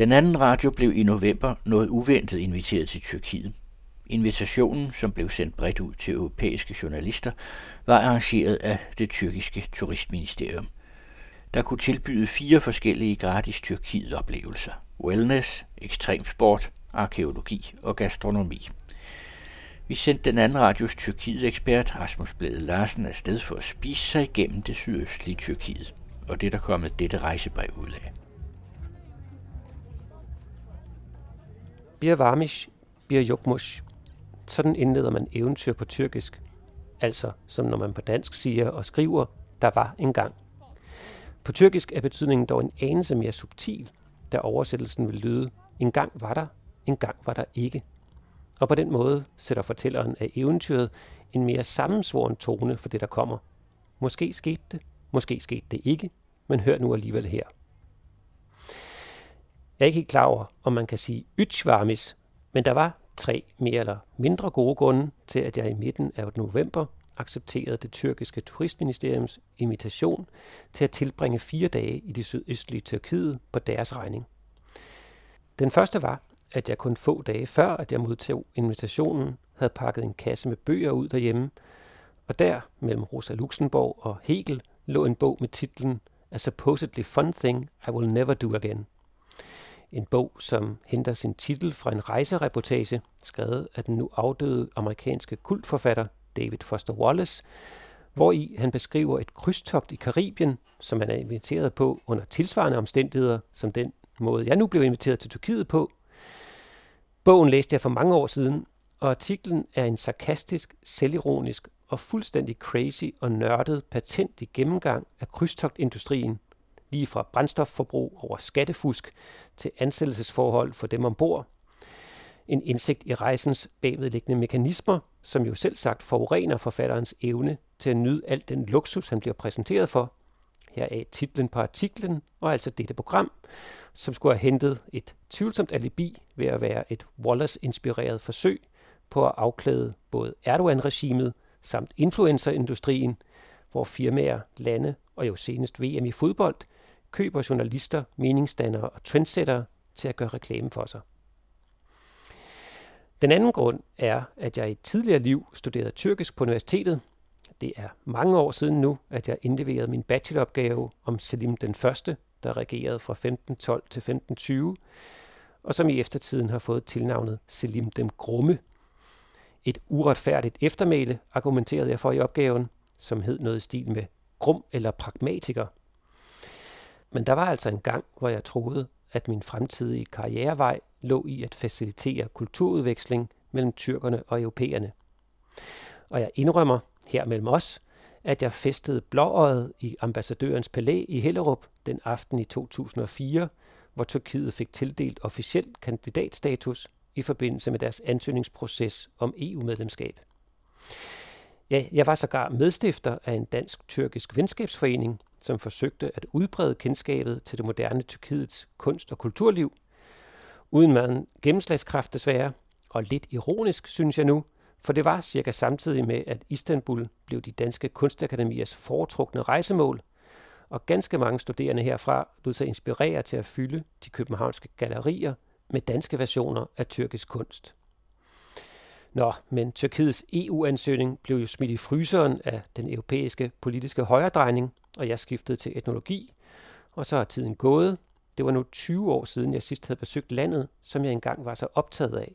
Den anden radio blev i november noget uventet inviteret til Tyrkiet. Invitationen, som blev sendt bredt ud til europæiske journalister, var arrangeret af det tyrkiske turistministerium. Der kunne tilbyde 4 forskellige gratis Tyrkiet-oplevelser: wellness, ekstremsport, arkæologi og gastronomi. Vi sendte den anden radios Tyrkiet-ekspert Rasmus Blæde Larsen afsted for at spise sig igennem det sydøstlige Tyrkiet, og det er der kommet dette rejsebrev ud af. Bir varmış, bir yokmuş. Sådan indleder man eventyr på tyrkisk. Altså, som når man på dansk siger og skriver, der var engang. På tyrkisk er betydningen dog en anelse mere subtil, da oversættelsen vil lyde: engang var der ikke. Og på den måde sætter fortælleren af eventyret en mere sammensvoren tone for det, der kommer. Måske skete det ikke, men hør nu alligevel her. Jeg er ikke helt klar over, om man kan sige ytvarmis, men der var 3 mere eller mindre gode grunde til, at jeg i midten af november accepterede det tyrkiske turistministeriums invitation til at tilbringe 4 dage i det sydøstlige Tyrkiet på deres regning. Den første var, at jeg kun få dage før, at jeg modtog invitationen, havde pakket en kasse med bøger ud derhjemme, og der, mellem Rosa Luxemburg og Hegel, lå en bog med titlen A Supposedly Fun Thing I Will Never Do Again. En bog, som henter sin titel fra en rejsereportage, skrevet af den nu afdøde amerikanske kultforfatter David Foster Wallace, hvori han beskriver et krydstogt i Karibien, som man er inviteret på under tilsvarende omstændigheder, som den måde, jeg nu blev inviteret til Tyrkiet på. Bogen læste jeg for mange år siden, og artiklen er en sarkastisk, selvironisk og fuldstændig crazy og nørdet patentig gennemgang af krydstogtindustrien, lige fra brændstofforbrug over skattefusk til ansættelsesforhold for dem ombord. En indsigt i rejsens bagvedliggende mekanismer, som jo selv sagt forurener forfatterens evne til at nyde al den luksus, han bliver præsenteret for. Her er titlen på artiklen, og altså dette program, som skulle have hentet et tvivlsomt alibi ved at være et Wallace-inspireret forsøg på at afklæde både Erdogan-regimet samt influencerindustrien, hvor firmaer, lande og jo senest VM i fodbold køber journalister, meningsdannere og trendsettere til at gøre reklame for sig. Den anden grund er, at jeg i et tidligere liv studerede tyrkisk på universitetet. Det er mange år siden nu, at jeg indleverede min bacheloropgave om Selim den Første, der regerede fra 1512 til 1520, og som i eftertiden har fået tilnavnet Selim den Grumme. Et uretfærdigt eftermæle argumenterede jeg for i opgaven, som hed noget i stil med grum eller pragmatiker. Men der var altså en gang, hvor jeg troede, at min fremtidige karrierevej lå i at facilitere kulturudveksling mellem tyrkerne og europæerne. Og jeg indrømmer her mellem os, at jeg festede blåøjet i ambassadørens palæ i Hellerup den aften i 2004, hvor Tyrkiet fik tildelt officiel kandidatstatus i forbindelse med deres ansøgningsproces om EU-medlemskab. Ja, jeg var sågar medstifter af en dansk-tyrkisk venskabsforening, som forsøgte at udbrede kendskabet til det moderne Tyrkiets kunst- og kulturliv, uden meget gennemslagskraft desværre, og lidt ironisk, synes jeg nu, for det var cirka samtidig med, at Istanbul blev de danske kunstakademiers foretrukne rejsemål, og ganske mange studerende herfra lod sig inspirere til at fylde de københavnske gallerier med danske versioner af tyrkisk kunst. Nå, men Tyrkiets EU-ansøgning blev jo smidt i fryseren af den europæiske politiske højredrejning, og jeg skiftede til etnologi, og så er tiden gået. Det var nu 20 år siden, jeg sidst havde besøgt landet, som jeg engang var så optaget af.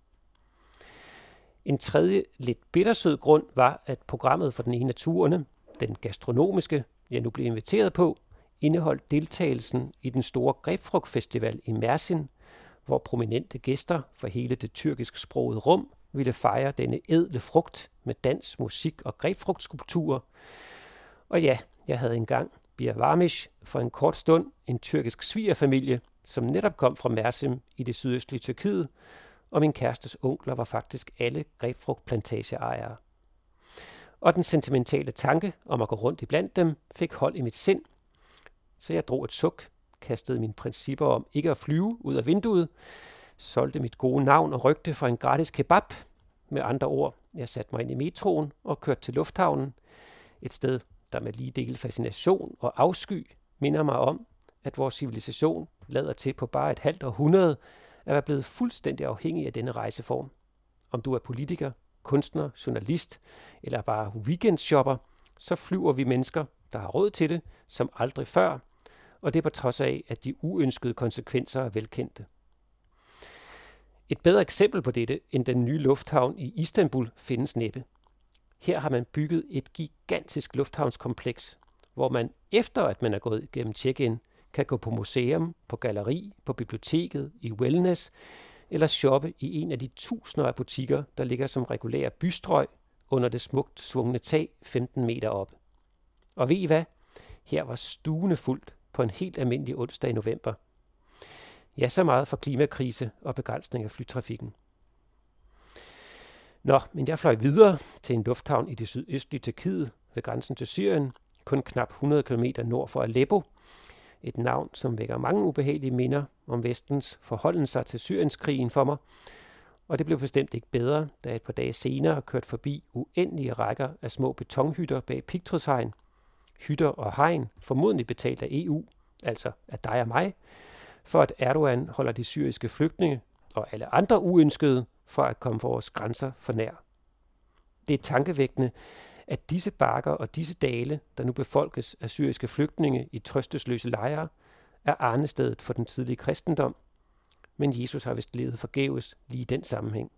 En tredje, lidt bittersød grund var, at programmet for den ene af turene, den gastronomiske, jeg nu blev inviteret på, indeholdt deltagelsen i den store Grapefrugt-festival i Mersin, hvor prominente gæster fra hele det tyrkisksprogede rum ville fejre denne ædle frugt med dans, musik og grapefrugtskulpturer. Og ja, jeg havde engang Bir varmış for en kort stund en tyrkisk svigerfamilie, som netop kom fra Mersin i det sydøstlige Tyrkiet, og min kærestes onkler var faktisk alle grapefrugtplantageejere. Og den sentimentale tanke om at gå rundt iblandt dem fik hold i mit sind, så jeg drog et suk, kastede mine principper om ikke at flyve ud af vinduet, solgte mit gode navn og rygte for en gratis kebab. Med andre ord, jeg satte mig ind i metroen og kørte til lufthavnen, et sted, der med lige del fascination og afsky minder mig om, at vores civilisation lader til på bare et halvt århundrede at være blevet fuldstændig afhængig af denne rejseform. Om du er politiker, kunstner, journalist eller bare weekendshopper, så flyver vi mennesker, der har råd til det, som aldrig før, og det på trods af, at de uønskede konsekvenser er velkendte. Et bedre eksempel på dette end den nye lufthavn i Istanbul findes næppe. Her har man bygget et gigantisk lufthavnskompleks, hvor man efter at man er gået igennem check-in, kan gå på museum, på galleri, på biblioteket, i wellness eller shoppe i en af de tusinder af butikker, der ligger som regulære bystrøg under det smukt svungne tag 15 meter oppe. Og ved I hvad? Her var stuene fuldt på en helt almindelig onsdag i november. Ja, så meget for klimakrise og begrænsning af flytrafikken. Nå, men jeg fløj videre til en lufthavn i det sydøstlige Tyrkiet ved grænsen til Syrien, kun knap 100 km nord for Aleppo. Et navn, som vækker mange ubehagelige minder om Vestens forholden sig til Syrienskrigen for mig. Og det blev bestemt ikke bedre, da et par dage senere kørte forbi uendelige rækker af små betonhytter bag pigtrådshegn. Hytter og hegn, formodentlig betalt af EU, altså af dig og mig, for at Erdogan holder de syriske flygtninge og alle andre uønskede for at komme vores grænser for nær. Det er tankevækkende, at disse bakker og disse dale, der nu befolkes af syriske flygtninge i trøstesløse lejre, er arnestedet for den tidlige kristendom, men Jesus har vist levet forgæves lige i den sammenhæng.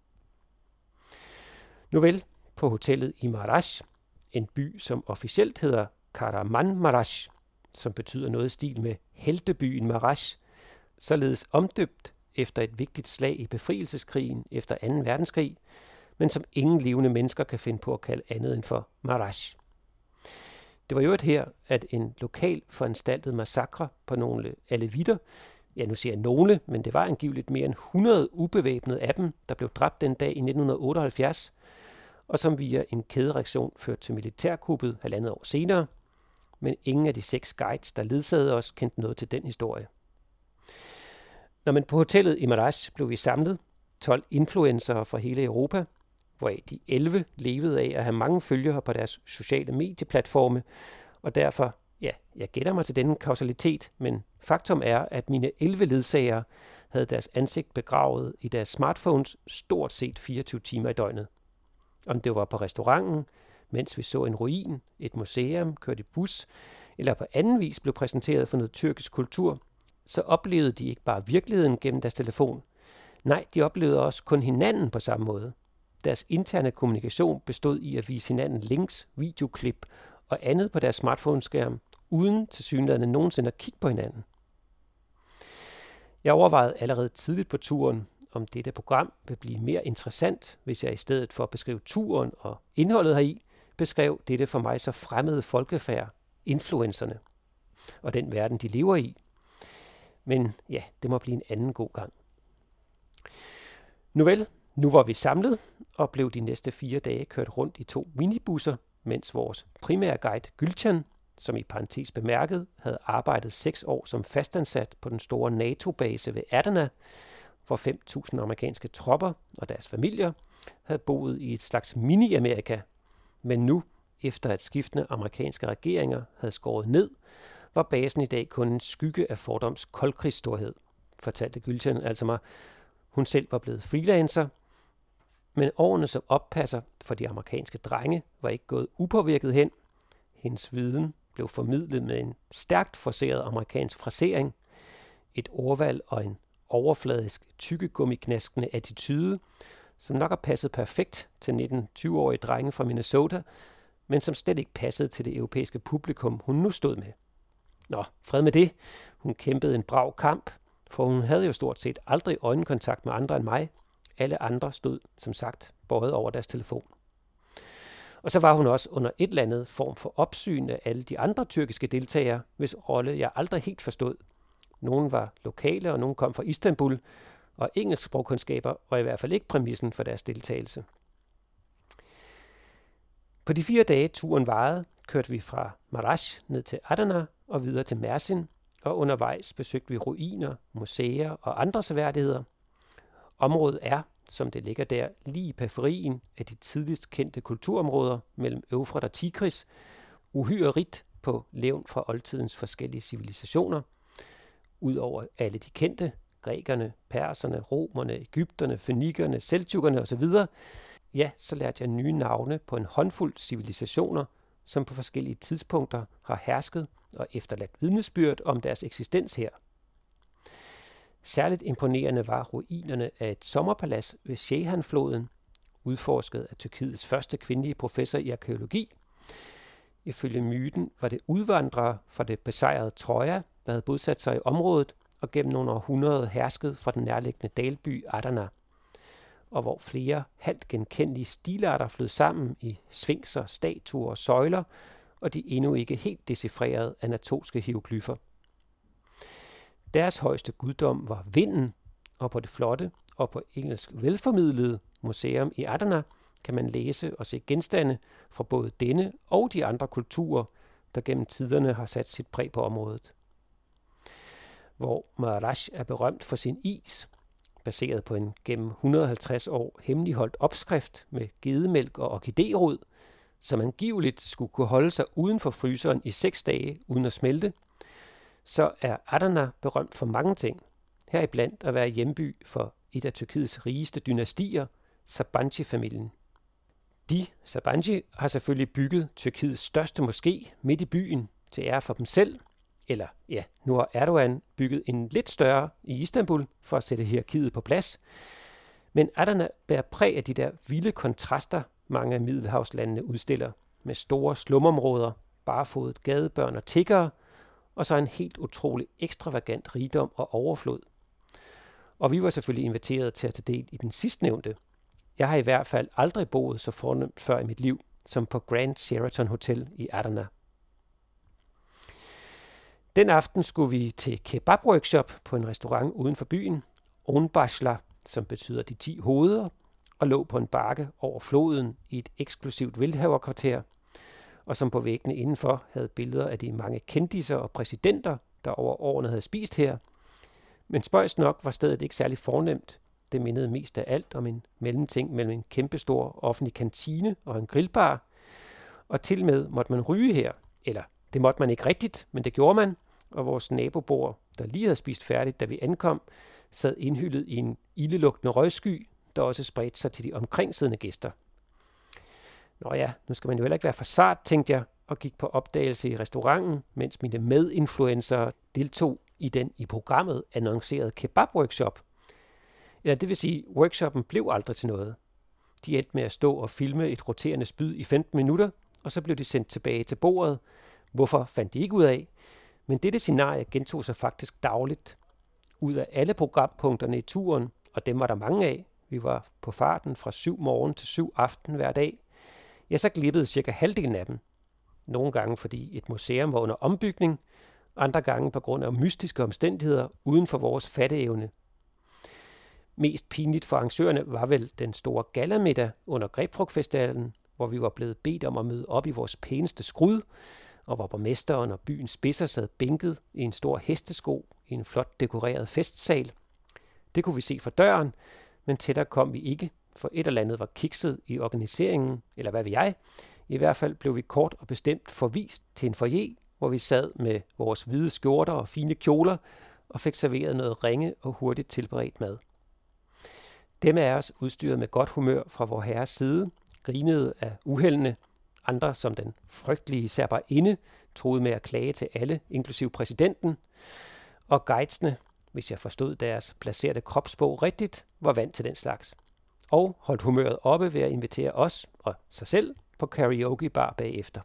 Nu vel, på hotellet i Maraş, en by, som officielt hedder Kahramanmaraş, som betyder noget i stil med heltebyen Maraş, således omdøbt efter et vigtigt slag i befrielseskrigen efter 2. verdenskrig, men som ingen levende mennesker kan finde på at kalde andet end for Maraş. Det var jo her, at en lokal foranstaltet massakre på nogle alevitter, ja nu siger jeg nogle, men det var angiveligt mere end 100 ubevæbnede af dem, der blev dræbt den dag i 1978, og som via en kædereaktion førte til militærkuppet 1,5 år senere, men ingen af de 6 guides, der ledsagede os, kendte noget til den historie. Når man på hotellet i Maraş blev vi samlet, 12 influencere fra hele Europa, hvoraf de 11 levede af at have mange følgere på deres sociale medieplatforme, og derfor, ja, jeg gætter mig til denne kausalitet, men faktum er, at mine 11 ledsagere havde deres ansigt begravet i deres smartphones stort set 24 timer i døgnet. Om det var på restauranten, mens vi så en ruin, et museum, kørte i bus, eller på anden vis blev præsenteret for noget tyrkisk kultur, så oplevede de ikke bare virkeligheden gennem deres telefon. Nej, de oplevede også kun hinanden på samme måde. Deres interne kommunikation bestod i at vise hinanden links, videoklip og andet på deres smartphone-skærm, uden tilsyneladende nogensinde at kigge på hinanden. Jeg overvejede allerede tidligt på turen, om dette program vil blive mere interessant, hvis jeg i stedet for at beskrive turen og indholdet heri, beskrev dette for mig så fremmede folkefærd, influencerne, og den verden, de lever i. Men ja, det må blive en anden god gang. Nu vel, nu var vi samlet og blev de næste 4 dage kørt rundt i 2 minibusser, mens vores primære guide Gülcan, som i parentes bemærket havde arbejdet 6 år som fastansat på den store NATO-base ved Adana, hvor 5.000 amerikanske tropper og deres familier havde boet i et slags mini-Amerika, men nu, efter at skiftende amerikanske regeringer havde skåret ned, var basen i dag kun en skygge af fordoms koldkrigsstorhed, fortalte Gülcan altså mig. Hun selv var blevet freelancer, men årene som oppasser for de amerikanske drenge var ikke gået upåvirket hen. Hendes viden blev formidlet med en stærkt forceret amerikansk frasering, et ordvalg og en overfladisk tykkegummiknaskende attitude, som nok har passet perfekt til 19-20-årige drenge fra Minnesota, men som slet ikke passede til det europæiske publikum, hun nu stod med. Nå, fred med det. Hun kæmpede en brav kamp, for hun havde jo stort set aldrig øjenkontakt med andre end mig. Alle andre stod, som sagt, bøjet over deres telefon. Og så var hun også under et eller andet form for opsyn af alle de andre tyrkiske deltagere, hvis rolle jeg aldrig helt forstod. Nogle var lokale, og nogle kom fra Istanbul, og engelsk sprogkundskaber var i hvert fald ikke præmissen for deres deltagelse. På de 4 dage turen varede, kørte vi fra Maraş ned til Adana og videre til Mersin, og undervejs besøgte vi ruiner, museer og andre seværdigheder. Området er, som det ligger der, lige i periferien af de tidligst kendte kulturområder mellem Eufrat og Tigris, uhyre rigt på levn fra oldtidens forskellige civilisationer, Udover alle de kendte, grækerne, perserne, romerne, egypterne, fønikerne, seldsjukkerne osv., ja, så lærte jeg nye navne på en håndfuld civilisationer, som på forskellige tidspunkter har hersket og efterladt vidnesbyrd om deres eksistens her. Særligt imponerende var ruinerne af et sommerpalads ved Ceyhanfloden, udforsket af Tyrkiets første kvindelige professor i arkæologi. Ifølge myten var det udvandrere fra det besejrede Troja, der havde bosat sig i området og gennem nogle århundreder hersket fra den nærliggende dalby Adana, og hvor flere halvt genkendelige stilarter flød sammen i sfinkser, statuer og søjler, og de endnu ikke helt decifrerede anatolske hieroglyffer. Deres højeste guddom var vinden, og på det flotte og på engelsk velformidlede museum i Adana kan man læse og se genstande fra både denne og de andre kulturer, der gennem tiderne har sat sit præg på området. Hvor Marash er berømt for sin is, baseret på en gennem 150 år hemmeligholdt opskrift med gedemælk og orkidérod, som angiveligt skulle kunne holde sig uden for fryseren i 6 dage uden at smelte, så er Adana berømt for mange ting, heriblandt at være hjemby for et af Tyrkiets rigeste dynastier, Sabancı-familien. De, Sabancı, har selvfølgelig bygget Tyrkiets største moské midt i byen til ære for dem selv, eller ja, nu har Erdogan bygget en lidt større i Istanbul for at sætte hierarkiet på plads. Men Adana bærer præg af de der vilde kontraster, mange af Middelhavslandene udstiller, med store slumområder, barefodet gadebørn og tiggere, og så en helt utrolig ekstravagant rigdom og overflod. Og vi var selvfølgelig inviteret til at tage del i den sidstnævnte. Jeg har i hvert fald aldrig boet så fornemt før i mit liv, som på Grand Sheraton Hotel i Adana. Den aften skulle vi til kebab-workshop på en restaurant uden for byen, Onbaşla, som betyder de 10 hoveder, og lå på en bakke over floden i et eksklusivt velhaverkvarter, og som på væggene indenfor havde billeder af de mange kendisser og præsidenter, der over årene havde spist her. Men spøjs nok var stedet ikke særlig fornemt. Det mindede mest af alt om en mellemting mellem en kæmpestor offentlig kantine og en grillbar, og til med måtte man ryge her, eller det måtte man ikke rigtigt, men det gjorde man, og vores nabobord, der lige havde spist færdigt, da vi ankom, sad indhyllet i en ildelugtende røgsky, der også spredte sig til de omkringsiddende gæster. Nå ja, nu skal man jo heller ikke være for sart, tænkte jeg, og gik på opdagelse i restauranten, mens mine medinfluencer deltog i den i programmet annoncerede kebab-workshop. Eller det vil sige, workshoppen blev aldrig til noget. De endte med at stå og filme et roterende spyd i 15 minutter, og så blev de sendt tilbage til bordet. Hvorfor fandt de ikke ud af? Men dette scenarie gentog sig faktisk dagligt. Ud af alle programpunkterne i turen, og dem var der mange af, vi var på farten fra 7 morgen til 7 aften hver dag, ja, så glippede cirka halvdelen af dem. Nogle gange fordi et museum var under ombygning, andre gange på grund af mystiske omstændigheder uden for vores fatteevne. Mest pinligt for arrangørerne var vel den store gallamiddag under Grapefrugtfestivalen, hvor vi var blevet bedt om at møde op i vores pæneste skrud, og hvor borgmesteren og byens spidser sad bænket i en stor hestesko i en flot dekoreret festsal. Det kunne vi se fra døren, men tættere kom vi ikke, for et eller andet var kikset i organiseringen, eller hvad ved jeg. I hvert fald blev vi kort og bestemt forvist til en foyer, hvor vi sad med vores hvide skjorter og fine kjoler og fik serveret noget ringe og hurtigt tilberedt mad. Dem af os udstyret med godt humør fra vor herres side, grinede af uheldene. Andre, som den frygtelige serberinde, troede med at klage til alle, inklusiv præsidenten. Og guidesne, hvis jeg forstod deres placerede kropssprog rigtigt, var vant til den slags. Og holdt humøret oppe ved at invitere os og sig selv på karaokebar bagefter.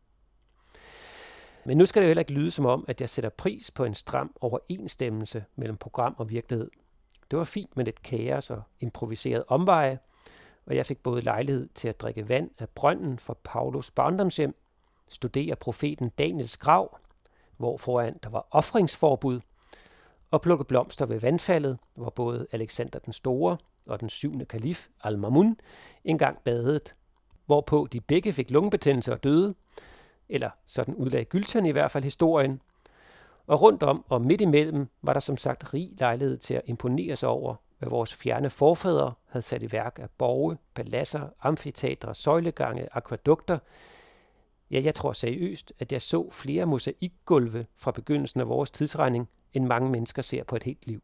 Men nu skal det jo heller ikke lyde som om, at jeg sætter pris på en stram overensstemmelse mellem program og virkelighed. Det var fint med lidt kaos og improviseret omveje, og jeg fik både lejlighed til at drikke vand af brønden fra Paulus barndomshjem, studere profeten Daniels grav, hvor foran der var ofringsforbud, og plukke blomster ved vandfaldet, hvor både Alexander den Store og den 7. kalif Al-Mamun engang badede, hvorpå de begge fik lungebetændelse og døde, eller sådan udlagde Gülten i hvert fald historien. Og rundt om og midt imellem var der som sagt rig lejlighed til at imponere sig over, hvad vores fjerne forfædre havde sat i værk af borge, paladser, amfiteatre, søjlegange, akvædukter. Ja, jeg tror seriøst, at jeg så flere mosaikgulve fra begyndelsen af vores tidsregning, end mange mennesker ser på et helt liv.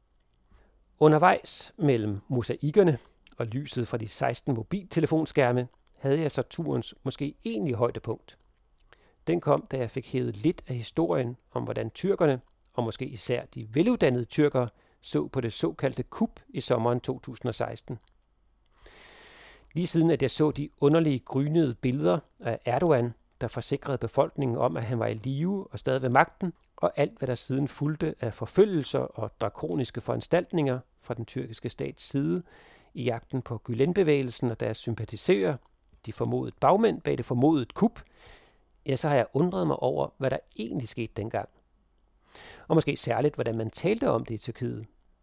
Undervejs mellem mosaikkerne og lyset fra de 16 mobiltelefonskærme havde jeg så turens måske egentlige højdepunkt. Den kom, da jeg fik hævet lidt af historien om, hvordan tyrkerne, og måske især de veluddannede tyrkere, så på det såkaldte kup i sommeren 2016. Lige siden at jeg så de underlige grynede billeder af Erdogan, der forsikrede befolkningen om, at han var i live og stadig ved magten, og alt hvad der siden fulgte af forfølgelser og drakoniske foranstaltninger fra den tyrkiske stats side i jagten på Gülen-bevægelsen og deres sympatisører, de formodede bagmænd bag det formodede kup, ja, så har jeg undret mig over, hvad der egentlig skete dengang. Og måske særligt, hvordan man talte om det i Tyrkiet.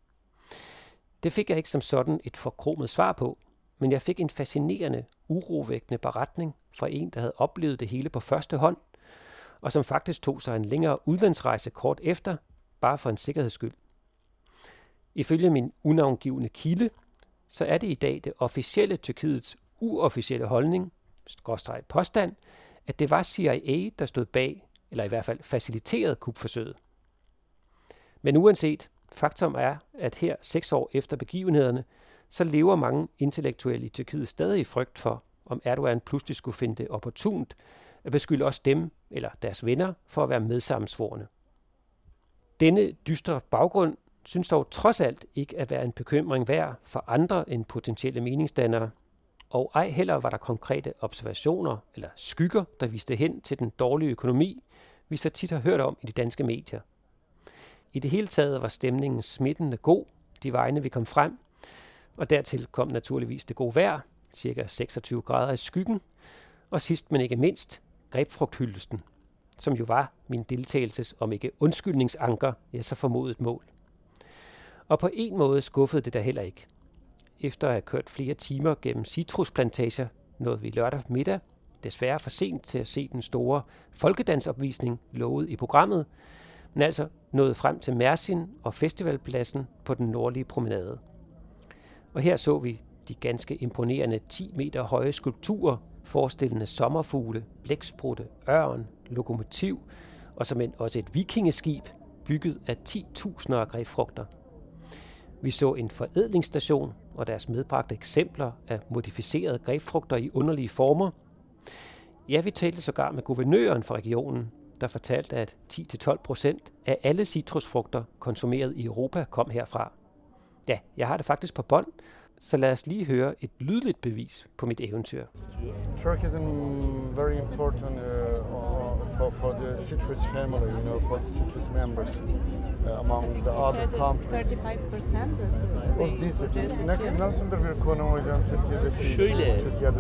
Det fik jeg ikke som sådan et forkromet svar på, men jeg fik en fascinerende, urovækkende beretning fra en, der havde oplevet det hele på første hånd, og som faktisk tog sig en længere udlandsrejse kort efter, bare for en sikkerheds skyld. Ifølge min unavngivne kilde, så er det i dag det officielle Tyrkiets uofficielle holdning, påstand, at det var CIA, der stod bag, eller i hvert fald faciliterede kupforsøget. Men uanset, faktum er, at her 6 år efter begivenhederne, så lever mange intellektuelle i Tyrkiet stadig i frygt for, om Erdogan pludselig skulle finde det opportunt at beskylde også dem eller deres venner for at være medsammensvorne. Denne dystre baggrund synes dog trods alt ikke at være en bekymring værd for andre end potentielle meningsdannere, og ej heller var der konkrete observationer eller skygger, der viste hen til den dårlige økonomi, vi så tit har hørt om i de danske medier. I det hele taget var stemningen smittende god, de vegne vi kom frem, og dertil kom naturligvis det gode vejr, ca. 26 grader i skyggen, og sidst men ikke mindst, grebfrugthyldesten, som jo var min deltagelses, om ikke undskyldningsanker, ja så formodet mål. Og på en måde skuffede det da heller ikke. Efter at have kørt flere timer gennem citrusplantager, nåede vi lørdag middag, desværre for sent til at se den store folkedansopvisning lovet i programmet, men altså nåede frem til Mersin og festivalpladsen på den nordlige promenade. Og her så vi de ganske imponerende 10 meter høje skulpturer, forestillende sommerfugle, blæksprutte, ørn, lokomotiv og såmænd også et vikingeskib, bygget af 10.000 af grebfrugter. Vi så en forædlingsstation og deres medbragte eksempler af modificerede grebfrugter i underlige former. Ja, vi talte sågar med guvernøren for regionen, der fortalte, at 10-12% af alle citrusfrugter konsumeret i Europa kom herfra. Ja, jeg har det faktisk på bånd, så lad os lige høre et lydligt bevis på mit eventyr. Turkey is very important for the citrus family, for the citrus members among the other countries. 35% of this. Nasıldır bir konu hocam Türkiye'de? Şöyle, Türkiye'de,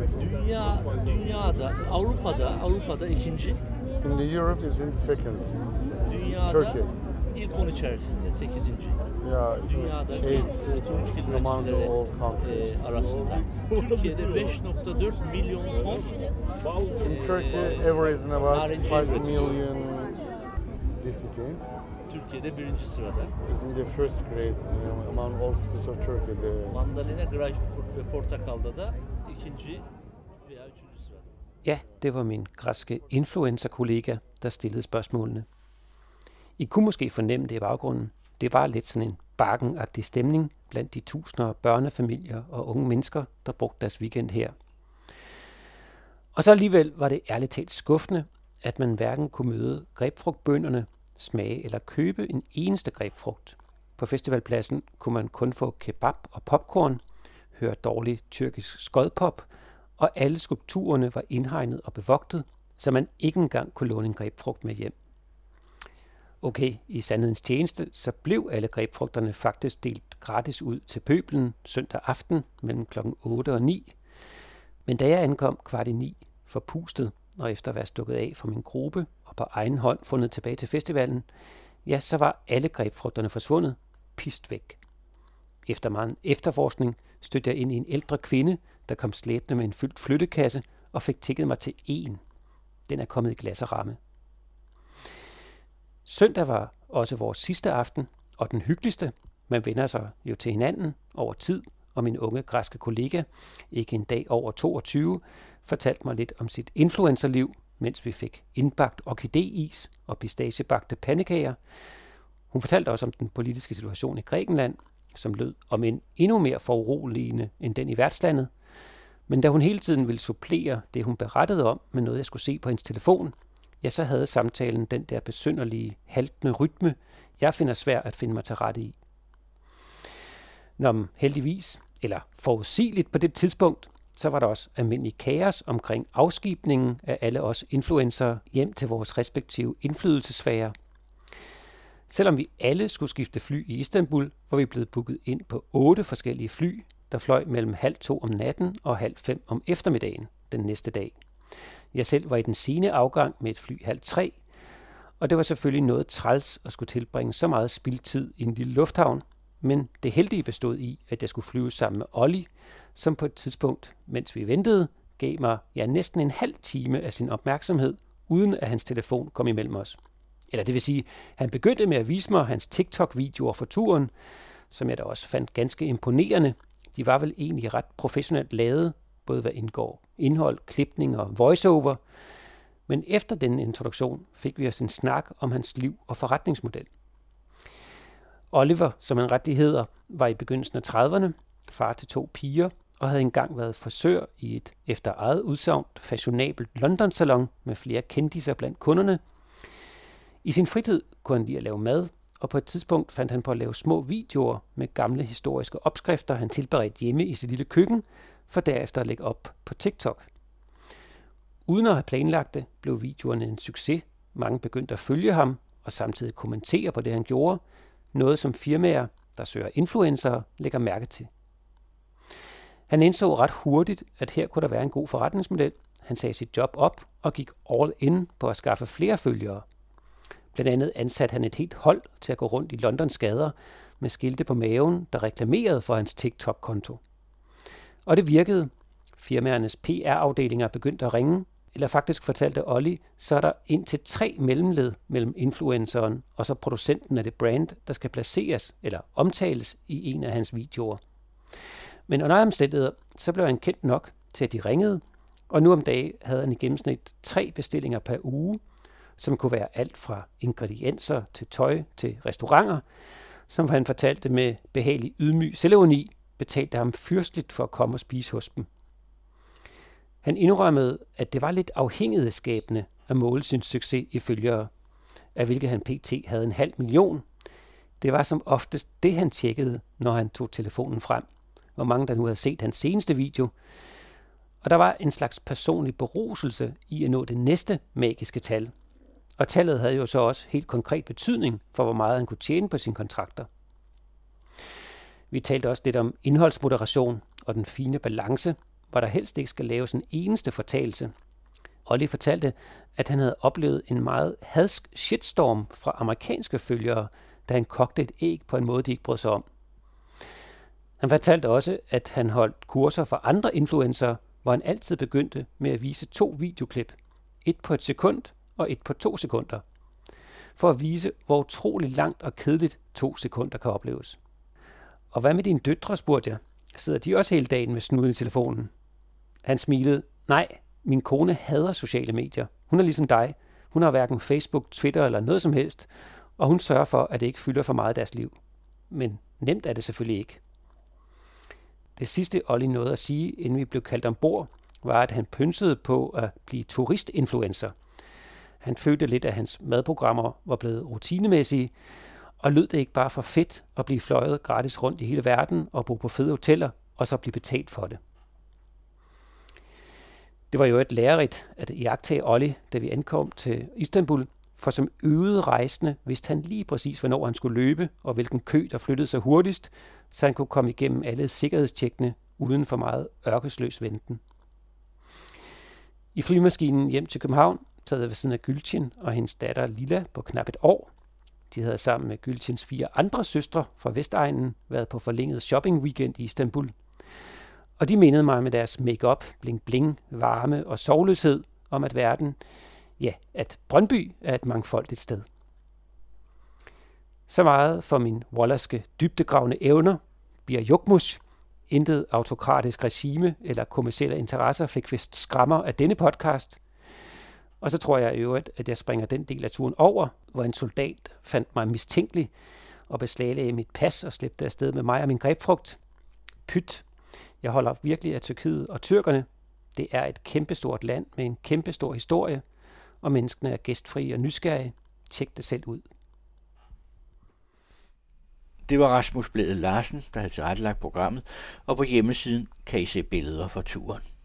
Avrupa'da ikinci. In the Europe is in second. Dünyada Turkey. ilk 10 içerisinde 8. Yeah, Dünyada turunç among kirleticileri all countries. arasında. Türkiye'de 5.4 milyon ton. In Turkey, average is about 5 million density. Türkiye'de birinci sırada. Is in the first grade among all cities of Turkey. Mandalina, grapefruit ve portakalda da ikinci veya üçüncü sırada. Ja, det var min græske influencer-kollega, der stillede spørgsmålene. I kunne måske fornemme det i baggrunden. Det var lidt sådan en barkenagtig stemning blandt de tusinder af børnefamilier og unge mennesker, der brugte deres weekend her. Og så alligevel var det ærligt talt skuffende, at man hverken kunne møde grebfrugtbønderne, smage eller købe en eneste grebfrugt. På festivalpladsen kunne man kun få kebab og popcorn, høre dårlig tyrkisk skodpop, og alle skulpturerne var indhegnet og bevogtet, så man ikke engang kunne låne en grebfrugt med hjem. Okay, i sandhedens tjeneste, så blev alle grebfrugterne faktisk delt gratis ud til pøbelen søndag aften mellem kl. 8 og 9. Men da jeg ankom 8:15 forpustet, og efter at være stukket af fra min gruppe og på egen hånd fundet tilbage til festivalen, ja, så var alle grebfrugterne forsvundet, pist væk. Efter meget efterforskning stødte jeg ind i en ældre kvinde, der kom slæbende med en fyldt flyttekasse og fik tikket mig til én. Den er kommet i glas og ramme. Søndag var også vores sidste aften, og den hyggeligste. Man vender sig jo til hinanden over tid, og min unge græske kollega, ikke en dag over 22, fortalte mig lidt om sit influencerliv, mens vi fik indbagt orkidéis og pistachiebagte pandekager. Hun fortalte også om den politiske situation i Grækenland, som lød om en endnu mere foruroligende end den i værtslandet. Men da hun hele tiden ville supplere det, hun berettede om, med noget, jeg skulle se på hendes telefon, ja, så havde samtalen den der besynderlige, haltende rytme, jeg finder svært at finde mig til rette i. Nå, heldigvis, eller forudsigeligt på det tidspunkt, så var der også almindelig kaos omkring afskibningen af alle os influencere hjem til vores respektive indflydelsessfærer. Selvom vi alle skulle skifte fly i Istanbul, var vi blevet booket ind på 8 forskellige fly, der fløj mellem 1:30 om natten og 4:30 om eftermiddagen den næste dag. Jeg selv var i den sene afgang med et fly 2:30, og det var selvfølgelig noget træls at skulle tilbringe så meget spildtid i en lille lufthavn, men det heldige bestod i, at jeg skulle flyve sammen med Olli, som på et tidspunkt, mens vi ventede, gav mig næsten en halv time af sin opmærksomhed, uden at hans telefon kom imellem os. Eller det vil sige, han begyndte med at vise mig hans TikTok-videoer for turen, som jeg da også fandt ganske imponerende. De var vel egentlig ret professionelt lavet, både hvad indgår indhold, klipning og voiceover. Men efter denne introduktion fik vi os en snak om hans liv og forretningsmodel. Oliver, som han retlig hedder, var i begyndelsen af 30'erne, far til 2 piger, og havde engang været frisør i et efter eget udsagn fashionabelt London-salon med flere kendiser blandt kunderne. I sin fritid kunne han lide at lave mad, og på et tidspunkt fandt han på at lave små videoer med gamle historiske opskrifter, han tilberedte hjemme i sit lille køkken, for derefter at lægge op på TikTok. Uden at have planlagt det, blev videoerne en succes. Mange begyndte at følge ham og samtidig kommentere på det, han gjorde. Noget som firmaer, der søger influencer, lægger mærke til. Han indså ret hurtigt, at her kunne der være en god forretningsmodel. Han sagde sit job op og gik all in på at skaffe flere følgere. Blandt andet ansatte han et helt hold til at gå rundt i Londons gader med skilte på maven, der reklamerede for hans TikTok-konto. Og det virkede. Firmaernes PR-afdelinger begyndte at ringe, eller faktisk fortalte Olli, så er der indtil 3 mellemled mellem influenceren og så producenten af det brand, der skal placeres eller omtales i en af hans videoer. Men under omstændigheder, så blev han kendt nok til, at de ringede, og nu om dagen havde han i gennemsnit 3 bestillinger per uge, som kunne være alt fra ingredienser til tøj til restauranter, som han fortalte med behagelig ydmyg selvironi, betalte ham fyrsteligt for at komme og spise hos dem. Han indrømmede, at det var lidt afhængighedsskabende at måle sin succes i følgere, af hvilket han pt. Havde 500.000. Det var som oftest det, han tjekkede, når han tog telefonen frem, hvor mange der nu havde set hans seneste video. Og der var en slags personlig beruselse i at nå det næste magiske tal. Og tallet havde jo så også helt konkret betydning for, hvor meget han kunne tjene på sine kontrakter. Vi talte også lidt om indholdsmoderation og den fine balance, hvor der helst ikke skal laves en eneste fortalelse. Olli fortalte, at han havde oplevet en meget hadsk shitstorm fra amerikanske følgere, da han kogte et æg på en måde, de ikke brød sig om. Han fortalte også, at han holdt kurser for andre influencer, hvor han altid begyndte med at vise 2 videoklip. Et på 1 sekund og et på 2 sekunder. For at vise, hvor utroligt langt og kedeligt 2 sekunder kan opleves. Og hvad med dine døtre, spurgte jeg. Sidder de også hele dagen med snuden i telefonen? Han smilede. Nej, min kone hader sociale medier. Hun er ligesom dig. Hun har hverken Facebook, Twitter eller noget som helst, og hun sørger for, at det ikke fylder for meget af deres liv. Men nemt er det selvfølgelig ikke. Det sidste Olli nåede at sige, inden vi blev kaldt ombord, var, at han pynsede på at blive turistinfluencer. Han følte lidt, at hans madprogrammer var blevet rutinemæssige, og lød det ikke bare for fedt at blive fløjet gratis rundt i hele verden og bo på fede hoteller, og så blive betalt for det. Det var jo et lærerigt at iagttage Olli, da vi ankom til Istanbul, for som øvede rejsende vidste han lige præcis, hvornår han skulle løbe, og hvilken kø, der flyttede sig hurtigst, så han kunne komme igennem alle sikkerhedstjekkene uden for meget ørkesløs venten. I flymaskinen hjem til København sad jeg ved siden af Gülçin og hendes datter Lila på knap et år. De havde sammen med Gülçins 4 andre søstre fra Vestegnen været på forlænget shopping weekend i Istanbul. Og de mindede mig med deres make-up, bling-bling, varme og sovløshed om at verden, at Brøndby er et mangfoldigt sted. Så meget for min wallerske dybdegravende evner, bliver Jukmus. Intet autokratisk regime eller kommercielle interesser fik vist skrammer af denne podcast. Og så tror jeg i øvrigt, at jeg springer den del af turen over, hvor en soldat fandt mig mistænkelig og beslaglagde mit pas og slæbte afsted med mig og min grebfrugt. Pyt. Jeg holder virkelig af Tyrkiet og tyrkerne. Det er et kæmpestort land med en kæmpestor historie, og menneskene er gæstfrie og nysgerrige. Tjek det selv ud. Det var Rasmus Blædel Larsen, der havde tilrettelagt programmet, og på hjemmesiden kan I se billeder fra turen.